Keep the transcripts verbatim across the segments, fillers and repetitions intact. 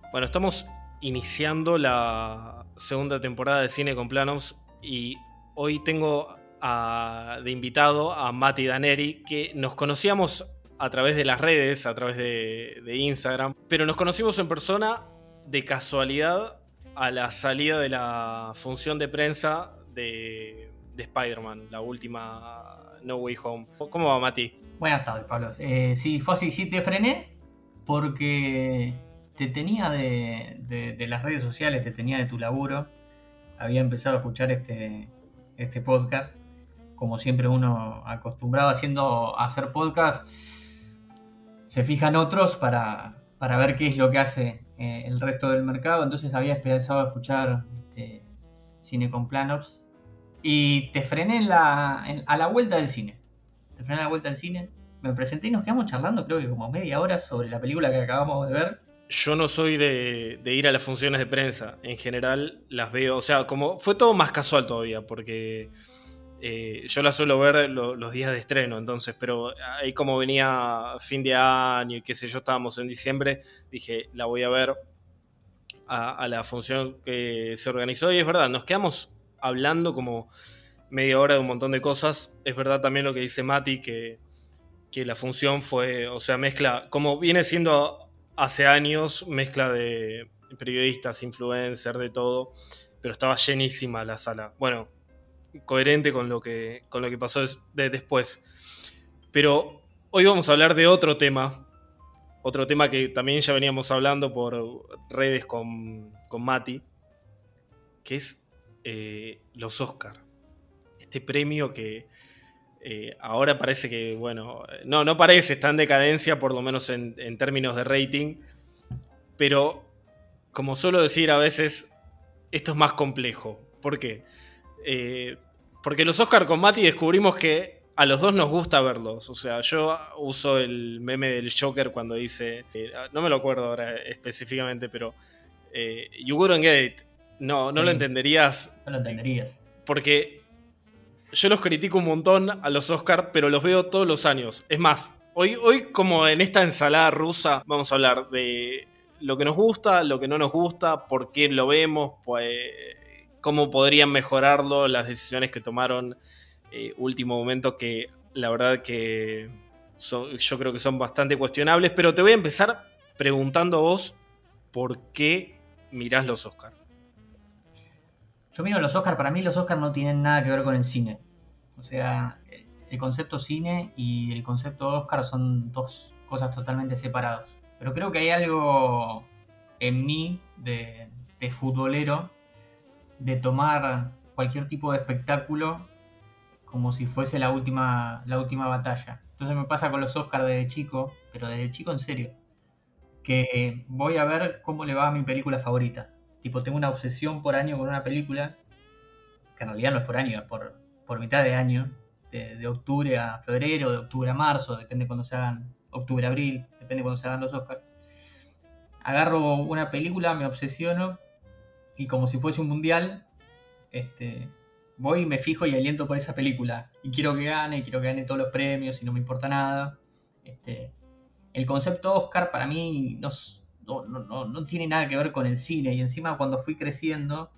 Bueno, estamos iniciando la segunda temporada de Cine con Planos y hoy tengo a- de invitado a Mati Daneri, que nos conocíamos a través de las redes, a través de, de Instagram, pero nos conocimos en persona de casualidad a la salida de la función de prensa de, de Spider-Man, la última No Way Home. ¿Cómo va, Mati? Buenas tardes, Pablo. Eh, sí, fue así, sí te frené porque te tenía de, de- de las redes sociales, te tenía de tu laburo. Había empezado a escuchar este, este podcast. Como siempre uno acostumbrado haciendo a hacer podcast, se fijan otros para, para ver qué es lo que hace eh, el resto del mercado. Entonces había empezado a escuchar este, Cine con Planops y te frené en la, en- a la vuelta del cine. Te frené a la vuelta del cine. Me presenté y nos quedamos charlando, creo que como media hora, sobre la película que acabamos de ver. Yo no soy de, de ir a las funciones de prensa. En general las veo, o sea, como fue todo más casual todavía, porque eh, yo las suelo ver lo- los días de estreno, entonces, pero ahí como venía fin de año y qué sé yo, estábamos en diciembre, dije, la voy a ver a, a la función que se organizó y es verdad, nos quedamos hablando como media hora de un montón de cosas. Es verdad también lo que dice Mati, que que la función fue, o sea, mezcla, como viene siendo hace años, mezcla de periodistas, influencers, de todo, pero estaba llenísima la sala. Bueno, coherente con lo que, con lo que pasó des- de después. Pero hoy vamos a hablar de otro tema, otro tema que también ya veníamos hablando por redes con, con Mati, que es eh, los Oscar. Este premio que Eh, ahora parece que, bueno, no, no parece, está en decadencia, por lo menos en, en términos de rating, pero como suelo decir a veces, esto es más complejo. ¿Por qué? Eh, Porque los Oscar con Mati descubrimos que a los dos nos gusta verlos. O sea, yo uso el meme del Joker cuando dice, eh, no me lo acuerdo ahora específicamente, pero eh, You wouldn't get it. No, no lo Sí, entenderías no lo entenderías. porque yo los critico un montón a los Oscar, pero los veo todos los años. Es más, hoy, hoy como en esta ensalada rusa, vamos a hablar de lo que nos gusta, lo que no nos gusta, por qué lo vemos, pues, cómo podrían mejorarlo, las decisiones que tomaron eh, último momento, que la verdad que son- yo creo que son bastante cuestionables. Pero te voy a empezar preguntando a vos por qué mirás los Oscar. Yo miro los Oscars, para mí los Oscars no tienen nada que ver con el cine. O sea, el, el concepto cine y el concepto Oscar son dos cosas totalmente separadas. Pero creo que hay algo en mí de, de futbolero, de tomar cualquier tipo de espectáculo como si fuese la última, la última batalla. Entonces me pasa con los Oscars desde chico, pero desde chico en serio, que voy a ver cómo le va a mi película favorita. Tipo, tengo una obsesión por año con una película, que en realidad no es por año, es por, por mitad de año, de, de octubre a febrero, de octubre a marzo, depende cuando se hagan, octubre a abril, depende cuando se hagan los Oscars. Agarro una película, me obsesiono y como si fuese un mundial, este, voy y me fijo y aliento por esa película. Y quiero que gane, quiero que gane todos los premios y no me importa nada. Este, el concepto Oscar para mí no, no, no, no tiene nada que ver con el cine. Y encima cuando fui creciendo,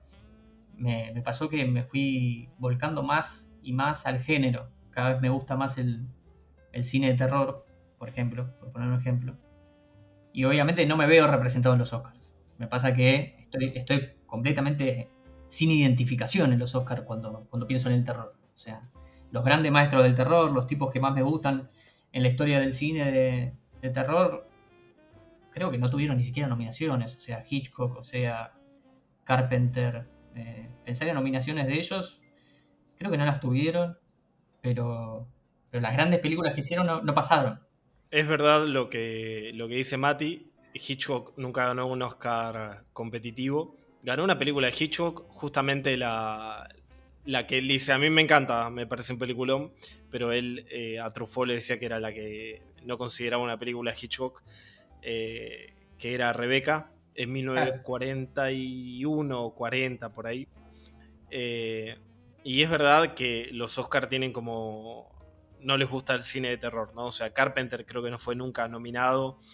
me, me pasó que me fui volcando más y más al género. Cada vez me gusta más el, el cine de terror, por ejemplo, por poner un ejemplo. Y obviamente no me veo representado en los Oscars. Me pasa que estoy, estoy completamente sin identificación en los Oscars cuando, cuando pienso en el terror. O sea, los grandes maestros del terror, los tipos que más me gustan en la historia del cine de, de terror, creo que no tuvieron ni siquiera nominaciones. O sea, Hitchcock, o sea, Carpenter. Eh, pensar en nominaciones de ellos, creo que no las tuvieron, pero, pero las grandes películas que hicieron no, no pasaron. Es verdad lo que, lo que dice Mati. Hitchcock nunca ganó un Oscar competitivo. Ganó una película de Hitchcock, justamente la, la que él dice, a mí me encanta, me parece un peliculón, pero él eh, a Truffaut le decía que era la que no consideraba una película de Hitchcock, eh, que era Rebeca, en Claro. mil novecientos cuarenta y uno o cuarenta, por ahí. Eh, y es verdad que los Oscar tienen como... No les gusta el cine de terror, ¿no? O sea, Carpenter creo que no fue nunca nominado.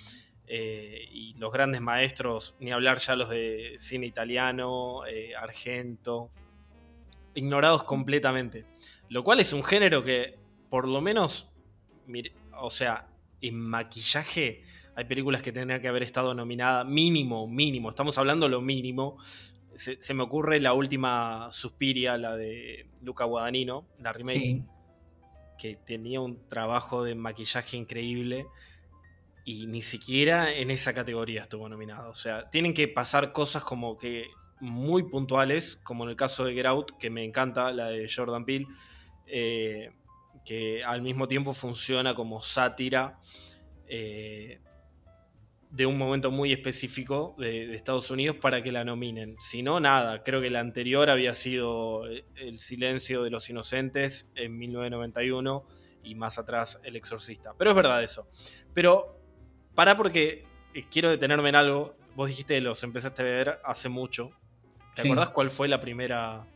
eh, y los grandes maestros, ni hablar ya los de cine italiano, eh, Argento, ignorados completamente. Lo cual es un género que, por lo menos, mire, o sea, en maquillaje hay películas que tendrían que haber estado nominadas mínimo, mínimo, estamos hablando lo mínimo. Se, se me ocurre la última Suspiria, la de Luca Guadagnino, la remake, Sí. que tenía un trabajo de maquillaje increíble y ni siquiera en esa categoría estuvo nominado. O sea, tienen que pasar cosas como que muy puntuales, como en el caso de Get Out, que me encanta, la de Jordan Peele, eh, que al mismo tiempo funciona como sátira eh, de un momento muy específico de, de Estados Unidos para que la nominen. Si no, nada. Creo que la anterior había sido El silencio de los inocentes en mil novecientos noventa y uno y más atrás El exorcista. Pero es verdad eso. Pero pará porque quiero detenerme en algo. Vos dijiste que los empezaste a ver hace mucho. ¿Te Sí. acordás cuál fue la primera?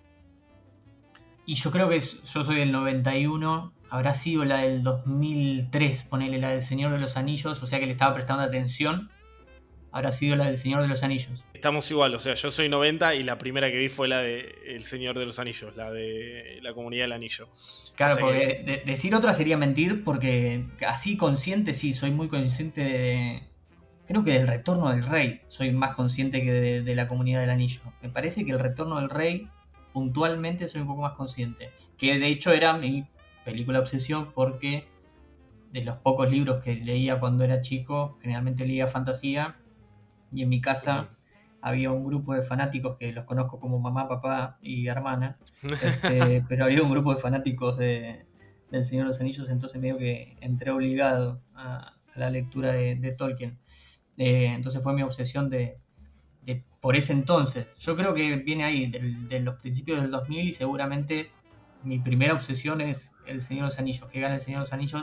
Y yo creo que es- yo soy del noventa y uno, habrá sido la del dos mil tres, ponele la del Señor de los Anillos, o sea que le estaba prestando atención, habrá sido la del Señor de los Anillos. Estamos igual, o sea, yo soy noventa y la primera que vi fue la de El Señor de los Anillos, la de La Comunidad del Anillo. O Claro, sea que porque de- decir otra sería mentir, porque así consciente sí, soy muy consciente de... Creo que del Retorno del Rey soy más consciente que de, de la Comunidad del Anillo. Me parece que el Retorno del Rey puntualmente soy un poco más consciente. Que de hecho era mi película obsesión porque de los pocos libros que leía cuando era chico, generalmente leía fantasía y en mi ujú. casa había un grupo de fanáticos que los conozco como mamá, papá y hermana, este, pero había un grupo de fanáticos de, del Señor de los Anillos, entonces medio que entré obligado a, a la lectura de, de Tolkien. Eh, entonces fue mi obsesión de, de, por ese entonces. Yo creo que viene ahí, del, de los principios del dos mil y seguramente mi primera obsesión es El Señor de los Anillos. Que gane El Señor de los Anillos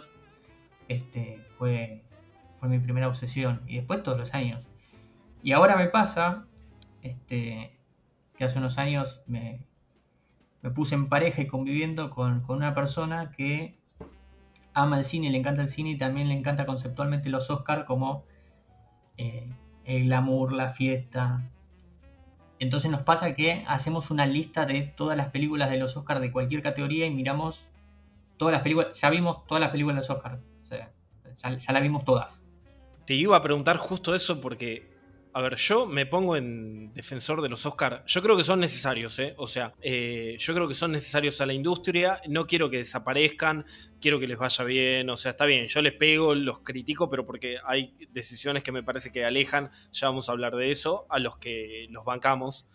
este, fue, fue mi primera obsesión. Y después todos los años. Y ahora me pasa este, que hace unos años me, me puse en pareja y conviviendo con, con una persona que ama el cine, le encanta el cine y también le encanta conceptualmente los Oscars como eh, el glamour, la fiesta. Entonces nos pasa que hacemos una lista de todas las películas de los Oscars de cualquier categoría y miramos todas las películas. Ya vimos todas las películas de los Oscars. O sea, ya, ya las vimos todas. Te iba a preguntar justo eso porque, a ver, yo me pongo en defensor de los Oscars. Yo creo que son necesarios, ¿eh? O sea, eh, yo creo que son necesarios a la industria. No quiero que desaparezcan, quiero que les vaya bien. O sea, está bien, yo les pego, los critico, pero porque hay decisiones que me parece que alejan, ya vamos a hablar de eso, a los que los bancamos.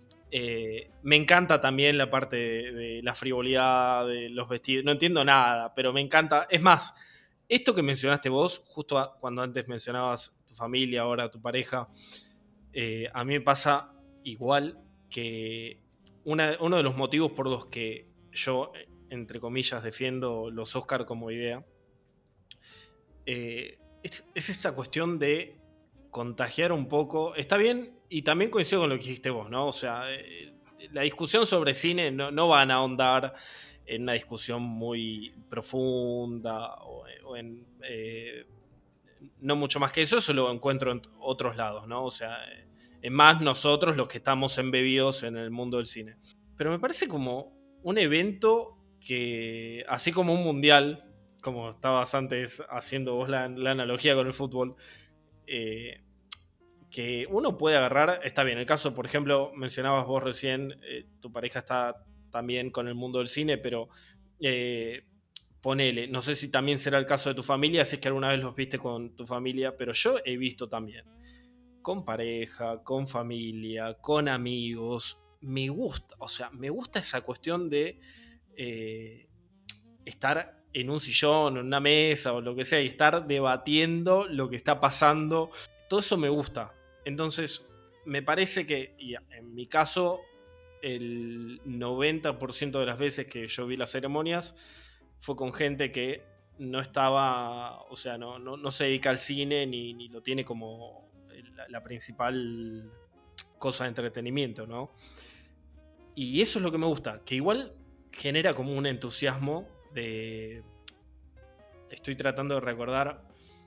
Eh, me encanta también la parte de, de la frivolidad, de los vestidos. No entiendo nada, pero me encanta. Es más, esto que mencionaste vos, justo a- cuando antes mencionabas tu familia, ahora tu pareja, eh, a mí me pasa igual que una- uno de los motivos por los que yo, eh, entre comillas, defiendo los Oscar como idea, eh, es, es esta cuestión de contagiar un poco. Está bien, y también coincido con lo que dijiste vos, ¿no? O sea, eh, la discusión sobre cine no, no van a ahondar en una discusión muy profunda o, o en eh, no mucho más que eso. Eso lo encuentro en otros lados, ¿no? O sea, eh, en más nosotros los que estamos embebidos en el mundo del cine. Pero me parece como un evento que, así como un mundial, como estabas antes haciendo vos la, la analogía con el fútbol, eh, que uno puede agarrar, está bien, el caso, por ejemplo, mencionabas vos recién, eh, tu pareja está también con el mundo del cine, pero eh, ponele, no sé si también será el caso de tu familia, si es que alguna vez los viste con tu familia, pero yo he visto también, con pareja, con familia, con amigos, me gusta, o sea, me gusta esa cuestión de eh, estar en un sillón, en una mesa o lo que sea, y estar debatiendo lo que está pasando. Todo eso me gusta. Entonces, me parece que, y en mi caso, el noventa por ciento de las veces que yo vi las ceremonias fue con gente que no estaba, o sea, no, no, no se dedica al cine ni, ni lo tiene como la, la principal cosa de entretenimiento, ¿no? Y eso es lo que me gusta, que igual genera como un entusiasmo de... Estoy tratando de recordar.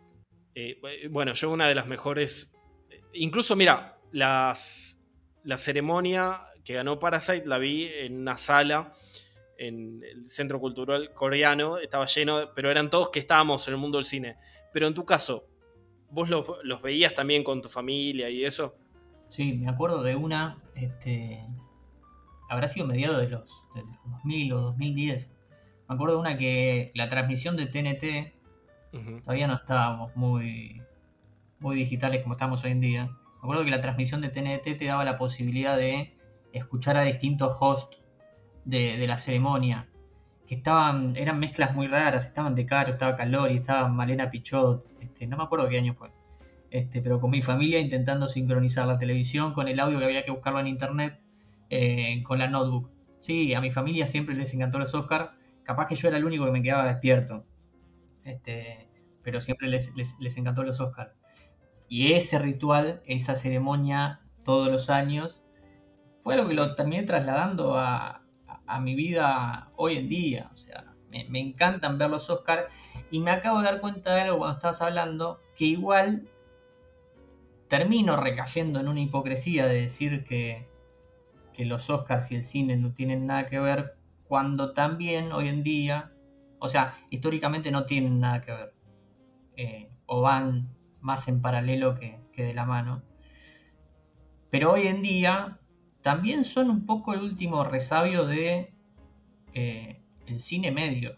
Eh, bueno, yo una de las mejores... Incluso, mira, las, la ceremonia que ganó Parasite la vi en una sala en el Centro Cultural Coreano, estaba lleno, pero eran todos que estábamos en el mundo del cine. Pero en tu caso, ¿vos los, los veías también con tu familia y eso? Sí, me acuerdo de una, este, habrá sido mediados de los, de los dos mil o dos mil diez. Me acuerdo de una que la transmisión de T N T, Uh-huh. todavía no estábamos muy, muy digitales como estamos hoy en día. Me acuerdo que la transmisión de T N T te daba la posibilidad de escuchar a distintos hosts de, de la ceremonia, que estaban, eran mezclas muy raras, estaban De Caro, estaba Calori, estaba Malena Pichot, este, no me acuerdo qué año fue, este, pero con mi familia intentando sincronizar la televisión con el audio que había que buscarlo en internet, eh, con la notebook. Sí, a mi familia siempre les encantó los Oscars, capaz que yo era el único que me quedaba despierto, este, pero siempre les, les, les encantó los Oscars. Y ese ritual, esa ceremonia todos los años, fue lo que lo terminé trasladando a, a, a mi vida hoy en día. O sea, me, me encantan ver los Oscars y me acabo de dar cuenta de algo cuando estabas hablando, que igual termino recayendo en una hipocresía de decir que, que los Oscars y el cine no tienen nada que ver, cuando también hoy en día, o sea, históricamente no tienen nada que ver, eh, o van más en paralelo que, que de la mano. Pero hoy en día también son un poco el último resabio de eh, el cine medio.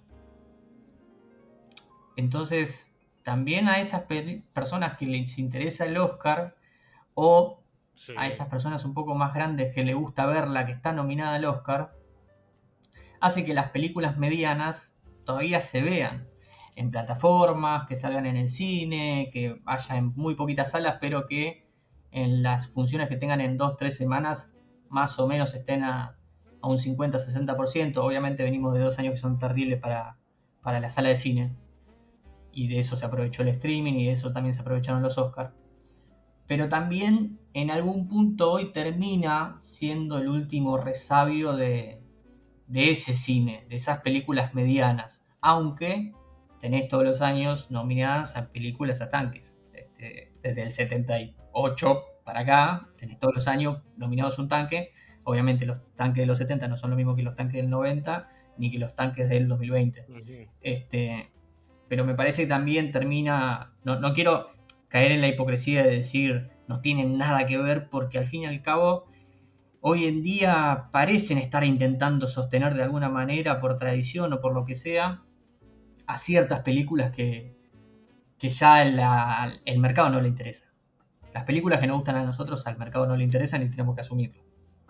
Entonces, también a esas pe- personas que les interesa el Oscar, o a Sí. esas personas un poco más grandes que les gusta ver la que está nominada al Oscar, hace que las películas medianas todavía se vean en plataformas, que salgan en el cine, que haya en muy poquitas salas, pero que en las funciones que tengan en dos, tres semanas, más o menos estén a, a un cincuenta, sesenta por ciento. Obviamente venimos de dos años que son terribles para, para la sala de cine, y de eso se aprovechó el streaming y de eso también se aprovecharon los Oscars. Pero también en algún punto hoy termina siendo el último resabio de, de ese cine, de esas películas medianas, aunque tenés todos los años nominadas a películas a tanques. Este, desde el setenta y ocho para acá, tenés todos los años nominados a un tanque. Obviamente los tanques de los setenta no son lo mismo que los tanques del noventa, ni que los tanques del dos mil veinte. Uh-huh. Este, pero me parece que también termina, no, no quiero caer en la hipocresía de decir no tienen nada que ver, porque al fin y al cabo hoy en día parecen estar intentando sostener de alguna manera, por tradición o por lo que sea, a ciertas películas que, que ya la, el mercado no le interesa. Las películas que nos gustan a nosotros al mercado no le interesan y tenemos que asumirlo.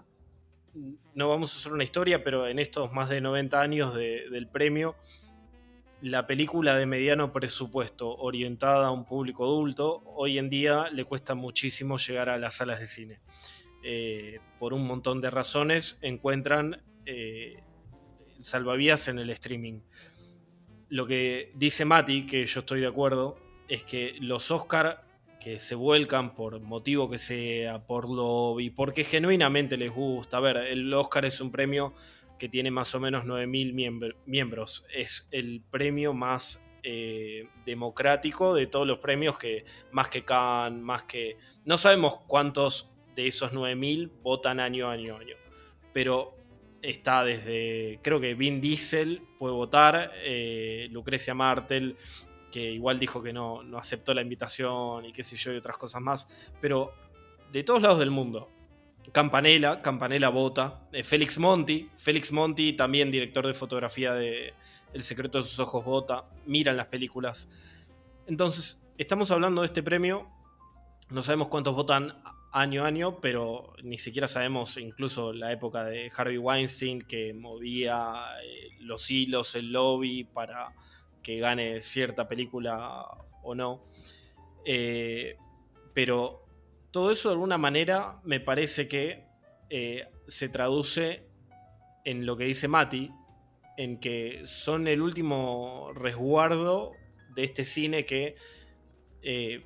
No vamos a hacer una historia, pero en estos más de noventa años de, del premio, la película de mediano presupuesto orientada a un público adulto, hoy en día le cuesta muchísimo llegar a las salas de cine. Eh, por un montón de razones encuentran eh, salvavidas en el streaming. Lo que dice Mati, que yo estoy de acuerdo, es que los Oscar que se vuelcan por motivo que sea, por lobby, porque genuinamente les gusta. A ver, el Oscar es un premio que tiene más o menos nueve mil miembr- miembros. Es el premio más eh, democrático de todos los premios, que más que Cannes, más que... No sabemos cuántos de esos nueve mil votan año a año, año. Pero está desde, creo que Vin Diesel puede votar, eh, Lucrecia Martel, que igual dijo que no, no aceptó la invitación y qué sé yo y otras cosas más, pero de todos lados del mundo. Campanella, Campanella vota, eh, Félix Monti, Félix Monti también director de fotografía de El secreto de sus ojos vota, miran las películas. Entonces, estamos hablando de este premio, no sabemos cuántos votan año a año, pero ni siquiera sabemos incluso la época de Harvey Weinstein, que movía eh, los hilos, el lobby para que gane cierta película o no. Eh, pero todo eso de alguna manera me parece que eh, se traduce en lo que dice Mati, en que son el último resguardo de este cine que eh,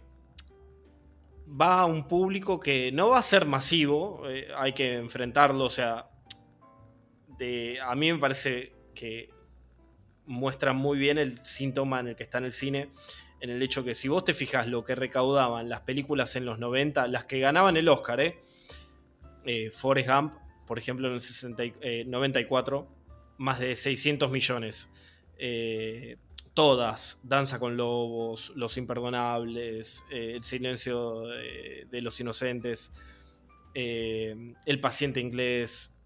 va a un público que no va a ser masivo, eh, hay que enfrentarlo, o sea, de, a mí me parece que muestra muy bien el síntoma en el que está en el cine. en el hecho que si vos te fijás lo que recaudaban las películas en los noventa, las que ganaban el Oscar, ¿eh? Eh, Forrest Gump, por ejemplo, en el sesenta, eh, noventa y cuatro, más de seiscientos millones. Eh, todas, Danza con Lobos, Los Imperdonables, eh, El Silencio de, de los Inocentes, eh, El Paciente Inglés,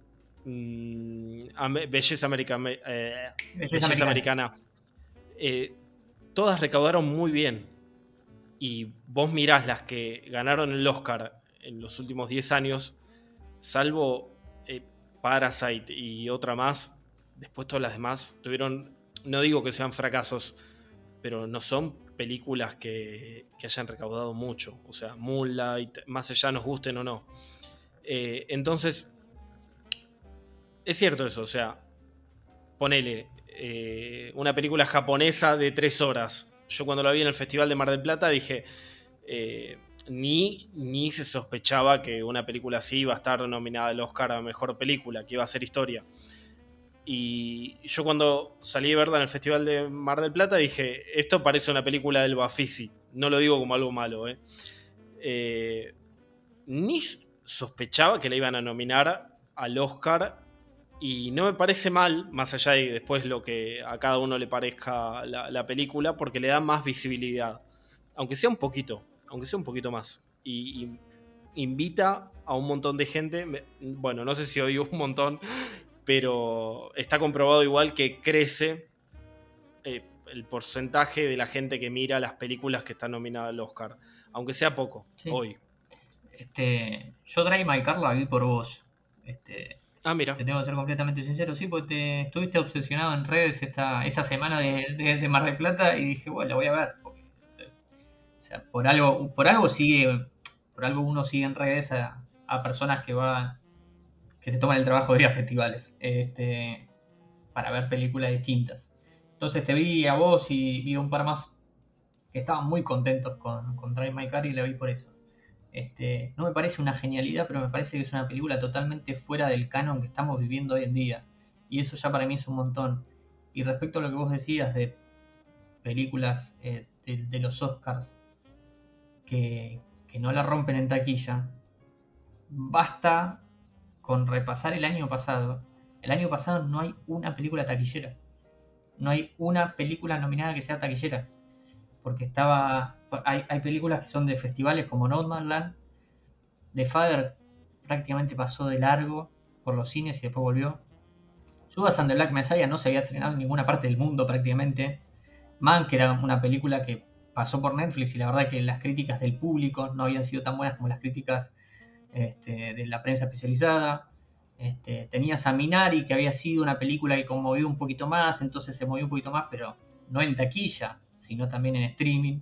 mmm, Belleza, America, eh, Belleza Belleza Americana. Americana. Eh, todas recaudaron muy bien. Y vos mirás las que ganaron el Oscar en los últimos diez años, salvo eh, Parasite y otra más, después todas las demás tuvieron, no digo que sean fracasos, pero no son películas que, que hayan recaudado mucho. O sea, Moonlight, más allá nos gusten o no. Eh, entonces, es cierto eso, o sea, ponele eh, una película japonesa de tres horas. Yo cuando la vi en el Festival de Mar del Plata dije, eh, ni, ni se sospechaba que una película así iba a estar nominada al Oscar a Mejor Película, que iba a ser historia. Y yo cuando salí de verla en el Festival de Mar del Plata dije, esto parece una película del Bafisi. No lo digo como algo malo, ¿eh? Eh, ni sospechaba que la iban a nominar al Oscar. Y no me parece mal, más allá de después lo que a cada uno le parezca la, la película, porque le da más visibilidad. Aunque sea un poquito, aunque sea un poquito más. Y, y invita a un montón de gente. Me, bueno, no sé si hoy un montón, pero está comprobado igual que crece eh, el porcentaje de la gente que mira las películas que están nominadas al Oscar. Aunque sea poco, Sí. hoy. Este, yo Drive My Car la vi por vos. Este, Ah, mira. Te tengo que ser completamente sincero, sí, porque te, estuviste obsesionado en redes esta, esa semana de, de, de Mar del Plata y dije, bueno, la voy a ver. Porque, o sea, o sea, por algo, por algo sigue, por algo uno sigue en redes a, a personas que van, que se toman el trabajo de ir a festivales, este, para ver películas distintas. Entonces te vi a vos y vi a un par más que estaban muy contentos con, con Drive My Car y la vi por eso. Este, no me parece una genialidad, pero me parece que es una película totalmente fuera del canon que estamos viviendo hoy en día. Y eso ya para mí es un montón. Y respecto a lo que vos decías de películas eh, de, de los Oscars que, que no la rompen en taquilla, basta con repasar el año pasado. El año pasado no hay una película taquillera. No hay una película nominada que sea taquillera. Porque estaba... Hay, hay películas que son de festivales como Nomadland. The Father prácticamente pasó de largo por los cines y después volvió. Judas and the Black Messiah no se había estrenado en ninguna parte del mundo prácticamente. Man, que era una película que pasó por Netflix y la verdad que las críticas del público no habían sido tan buenas como las críticas este, de la prensa especializada. Este, tenías a Minari, que había sido una película que conmovió un poquito más, entonces se movió un poquito más, pero no en taquilla, sino también en streaming.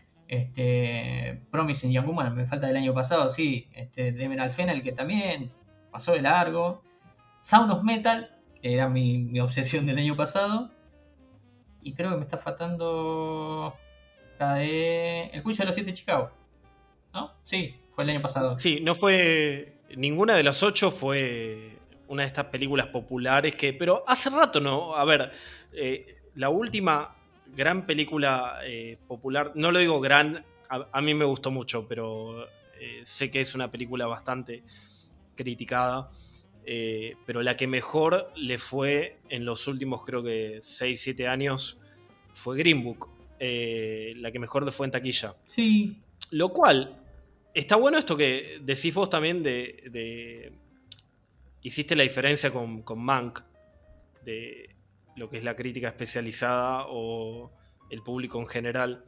Este, Promising Young Woman, me falta del año pasado, sí. Este, Demen Alfenal, que también pasó de largo. Sound of Metal, que era mi, mi obsesión del año pasado. Y creo que me está faltando la de El Juicio de los Siete de Chicago, ¿no? Sí, fue el año pasado. Sí, no fue... Ninguna de las ocho fue una de estas películas populares que... Pero hace rato, ¿no? A ver, eh, la última gran película eh, popular, no lo digo gran, a, a mí me gustó mucho, pero eh, sé que es una película bastante criticada, eh, pero la que mejor le fue en los últimos creo que seis siete años fue Green Book, eh, la que mejor le fue en taquilla. Sí. Lo cual, está bueno esto que decís vos también de... de hiciste la diferencia con, con Mank, de lo que es la crítica especializada o el público en general,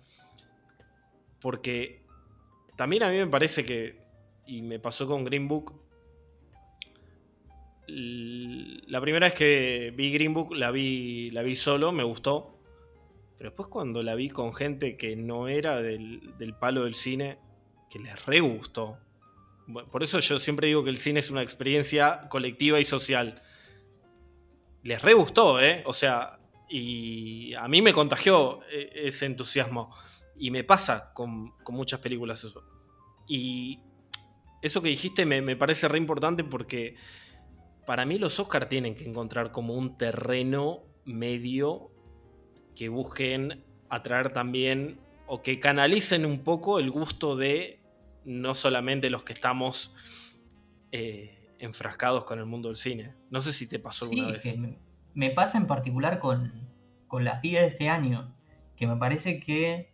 porque también a mí me parece que, y me pasó con Green Book, la primera vez que vi Green Book la vi, la vi solo, me gustó, pero después cuando la vi con gente que no era del, del palo del cine, que les re gustó. Bueno, por eso yo siempre digo que el cine es una experiencia colectiva y social. Les re gustó, ¿eh? O sea, y a mí me contagió ese entusiasmo. Y me pasa con, con muchas películas eso. Y eso que dijiste me, me parece re importante porque para mí los Oscar tienen que encontrar como un terreno medio que busquen atraer también, o que canalicen un poco el gusto de no solamente los que estamos eh, enfrascados con el mundo del cine. No sé si te pasó alguna Sí, vez. que me, me pasa en particular con, con las diez de este año, que me parece que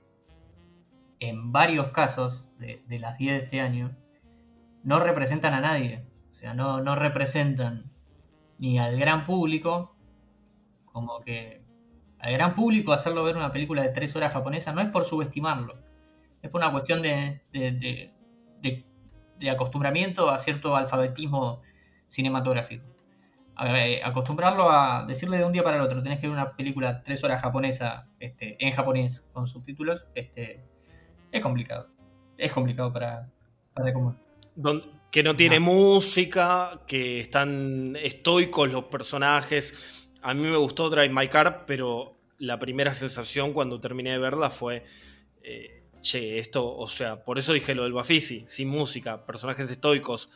en varios casos de, de las diez de este año no representan a nadie. O sea, no, no representan ni al gran público, como que al gran público hacerlo ver una película de tres horas japonesa no es por subestimarlo, es por una cuestión de, de, de, de, de acostumbramiento a cierto alfabetismo cinematográfico. A ver, acostumbrarlo a decirle de un día para el otro, tenés que ver una película tres horas japonesa este, en japonés con subtítulos, este, es complicado. Es complicado para, para cómo. Don, que no tiene No. música, que están estoicos los personajes. A mí me gustó Drive My Car, pero la primera sensación cuando terminé de verla fue, eh, che, esto, o sea, por eso dije lo del Bafisi, sin música, personajes estoicos,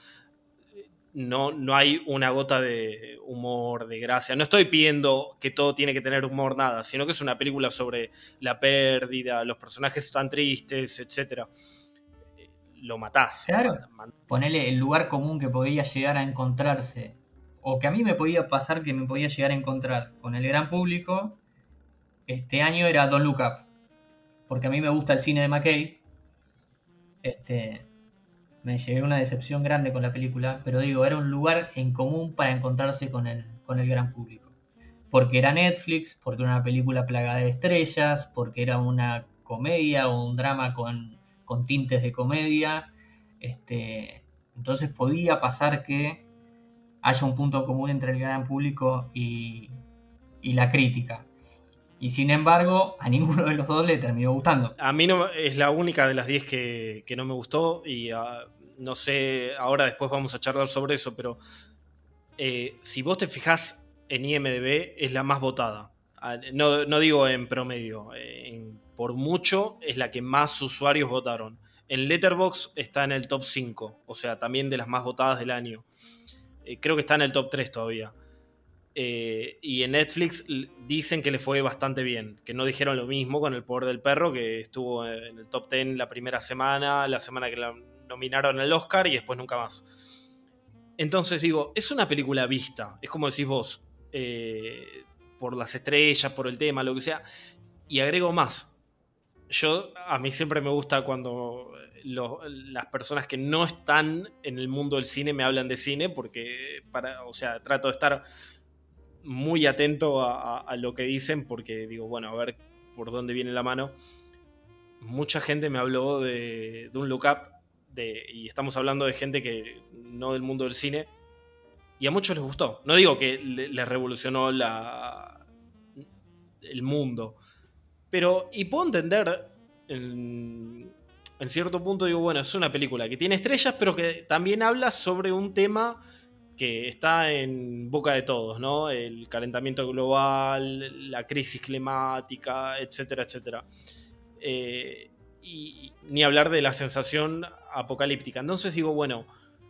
no, no hay una gota de humor, de gracia. No estoy pidiendo que todo tiene que tener humor, nada, sino que es una película sobre la pérdida, los personajes están tristes, etcétera. Lo matás. Claro. Man, man. Ponele el lugar común que podía llegar a encontrarse, o que a mí me podía pasar que me podía llegar a encontrar con el gran público, este año era Don't Look Up. Porque a mí me gusta el cine de McKay. Este, me llevé una decepción grande con la película, pero digo, era un lugar en común para encontrarse con el, con el gran público. Porque era Netflix, porque era una película plagada de estrellas, porque era una comedia o un drama con, con tintes de comedia. Este, entonces podía pasar que haya un punto común entre el gran público y, y la crítica. Y sin embargo, a ninguno de los dos le terminó gustando. A mí no, es la única de las diez que, que no me gustó y uh, no sé, ahora después vamos a charlar sobre eso, pero eh, si vos te fijás en I M D B es la más votada. No, no digo en promedio, en, por mucho es la que más usuarios votaron. En Letterboxd está en el top cinco, o sea, también de las más votadas del año. Eh, creo que está en el top tres todavía. Eh, y en Netflix dicen que le fue bastante bien, que no dijeron lo mismo con El Poder del Perro, que estuvo en el top diez la primera semana, la semana que la nominaron al Oscar y después nunca más. Entonces digo, es una película vista, es como decís vos, eh, por las estrellas, por el tema, lo que sea, y agrego más. Yo, a mí siempre me gusta cuando lo, las personas que no están en el mundo del cine me hablan de cine, porque, para, o sea, trato de estar muy atento a, a, a lo que dicen, porque digo, bueno, a ver por dónde viene la mano. Mucha gente me habló de, de un look up, de, y estamos hablando de gente que no del mundo del cine, y a muchos les gustó. No digo que les le revolucionó la, el mundo, pero, y puedo entender, en, en cierto punto digo, bueno, es una película que tiene estrellas, pero que también habla sobre un tema que está en boca de todos, ¿no? El calentamiento global, la crisis climática, etcétera, etcétera. Eh, y ni hablar de la sensación apocalíptica. Entonces digo, bueno,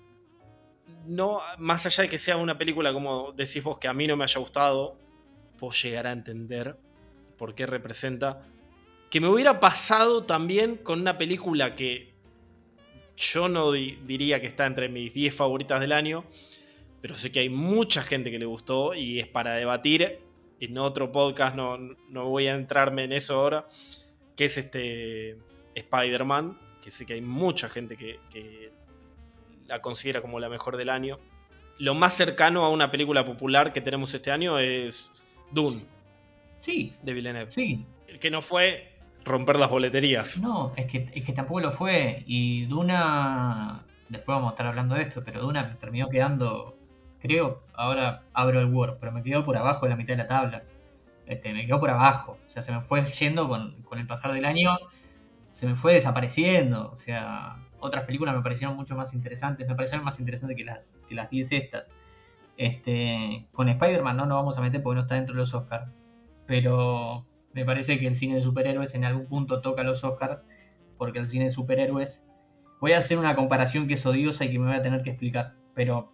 no, más allá de que sea una película, como decís vos, que a mí no me haya gustado, puedo llegar a entender por qué representa. Que me hubiera pasado también con una película que yo no di- diría que está entre mis diez favoritas del año, pero sé que hay mucha gente que le gustó y es para debatir. En otro podcast, no, no voy a entrarme en eso ahora, que es este Spider-Man, que sé que hay mucha gente que, que la considera como la mejor del año. Lo más cercano a una película popular que tenemos este año es Dune, Sí, de Villeneuve. sí. El que no fue romper las boleterías. No, es que, es que tampoco lo fue. Y Duna, después vamos a estar hablando de esto, pero Duna me terminó quedando, creo, ahora abro el Word, pero me quedó por abajo de la mitad de la tabla. Este, me quedó por abajo. O sea, se me fue yendo con, con el pasar del año, se me fue desapareciendo. O sea, otras películas me parecieron mucho más interesantes, me parecieron más interesantes que las que las diez estas. Este, con Spider-Man no nos vamos a meter porque no está dentro de los Oscars. Pero me parece que el cine de superhéroes en algún punto toca los Oscars, porque el cine de superhéroes... Voy a hacer una comparación que es odiosa y que me voy a tener que explicar, pero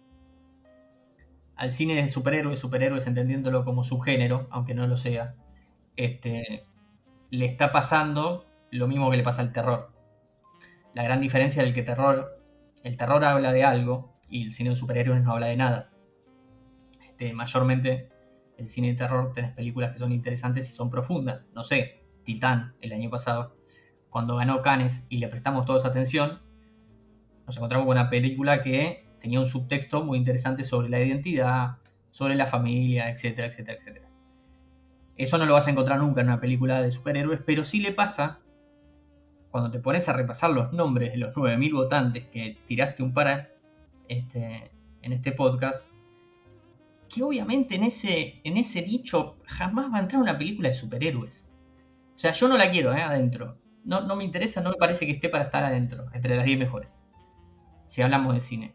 al cine de superhéroes, superhéroes entendiéndolo como subgénero, aunque no lo sea, este, le está pasando lo mismo que le pasa al terror. La gran diferencia es que terror, el terror habla de algo y el cine de superhéroes no habla de nada. Este, mayormente el cine de terror tenés películas que son interesantes y son profundas. No sé, Titán el año pasado, cuando ganó Cannes y le prestamos todos atención, nos encontramos con una película que tenía un subtexto muy interesante sobre la identidad, sobre la familia, etcétera, etcétera, etcétera. Eso no lo vas a encontrar nunca en una película de superhéroes, pero sí le pasa cuando te pones a repasar los nombres de los nueve mil votantes que tiraste un par este, en este podcast, que obviamente en ese, en ese nicho jamás va a entrar una película de superhéroes. O sea, yo no la quiero, ¿eh? Adentro. No, no me interesa, no me parece que esté para estar adentro, entre las diez mejores. Si hablamos de cine.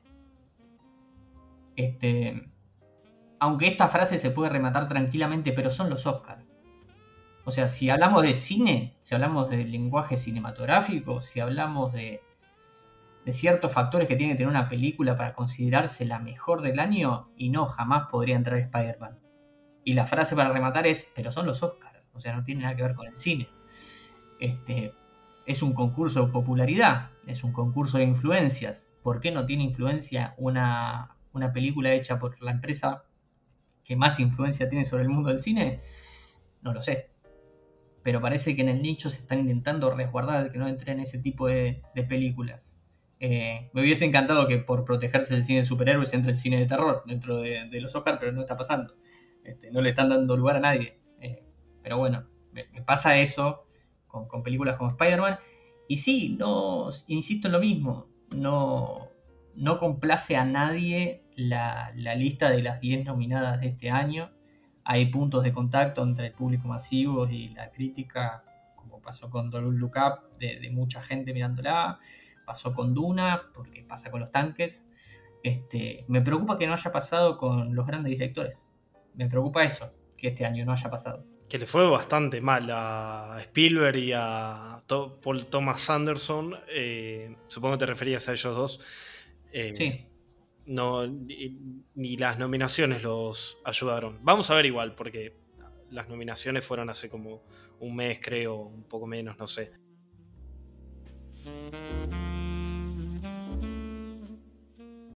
Este, aunque esta frase se puede rematar tranquilamente, pero son los Oscars. O sea, si hablamos de cine, si hablamos de lenguaje cinematográfico, si hablamos de, de ciertos factores que tiene que tener una película para considerarse la mejor del año, y no, jamás podría entrar Spider-Man. Y la frase para rematar es, pero son los Oscars. O sea, no tiene nada que ver con el cine. Este, es un concurso de popularidad, es un concurso de influencias. ¿Por qué no tiene influencia una, una película hecha por la empresa que más influencia tiene sobre el mundo del cine? No lo sé. Pero parece que en el nicho se están intentando resguardar que no entren ese tipo de, de películas. Eh, me hubiese encantado que por protegerse del cine de superhéroes entre el cine de terror dentro de, de los Oscars, pero no está pasando. Este, no le están dando lugar a nadie. Eh, pero bueno, me, me pasa eso con, con películas como Spider-Man. Y sí, no, insisto en lo mismo, no, no complace a nadie la, la lista de las diez nominadas de este año. Hay puntos de contacto entre el público masivo y la crítica, como pasó con Don't Look Up, de, de mucha gente mirándola, pasó con Duna, porque pasa con los tanques. Este, me preocupa que no haya pasado con los grandes directores. Me preocupa eso, que este año no haya pasado. Que le fue bastante mal a Spielberg y a Paul Thomas Anderson. Eh, supongo que te referías a ellos dos. Eh, sí. No, ni, ni las nominaciones los ayudaron. Vamos a ver igual, porque las nominaciones fueron hace como un mes, creo, un poco menos, no sé.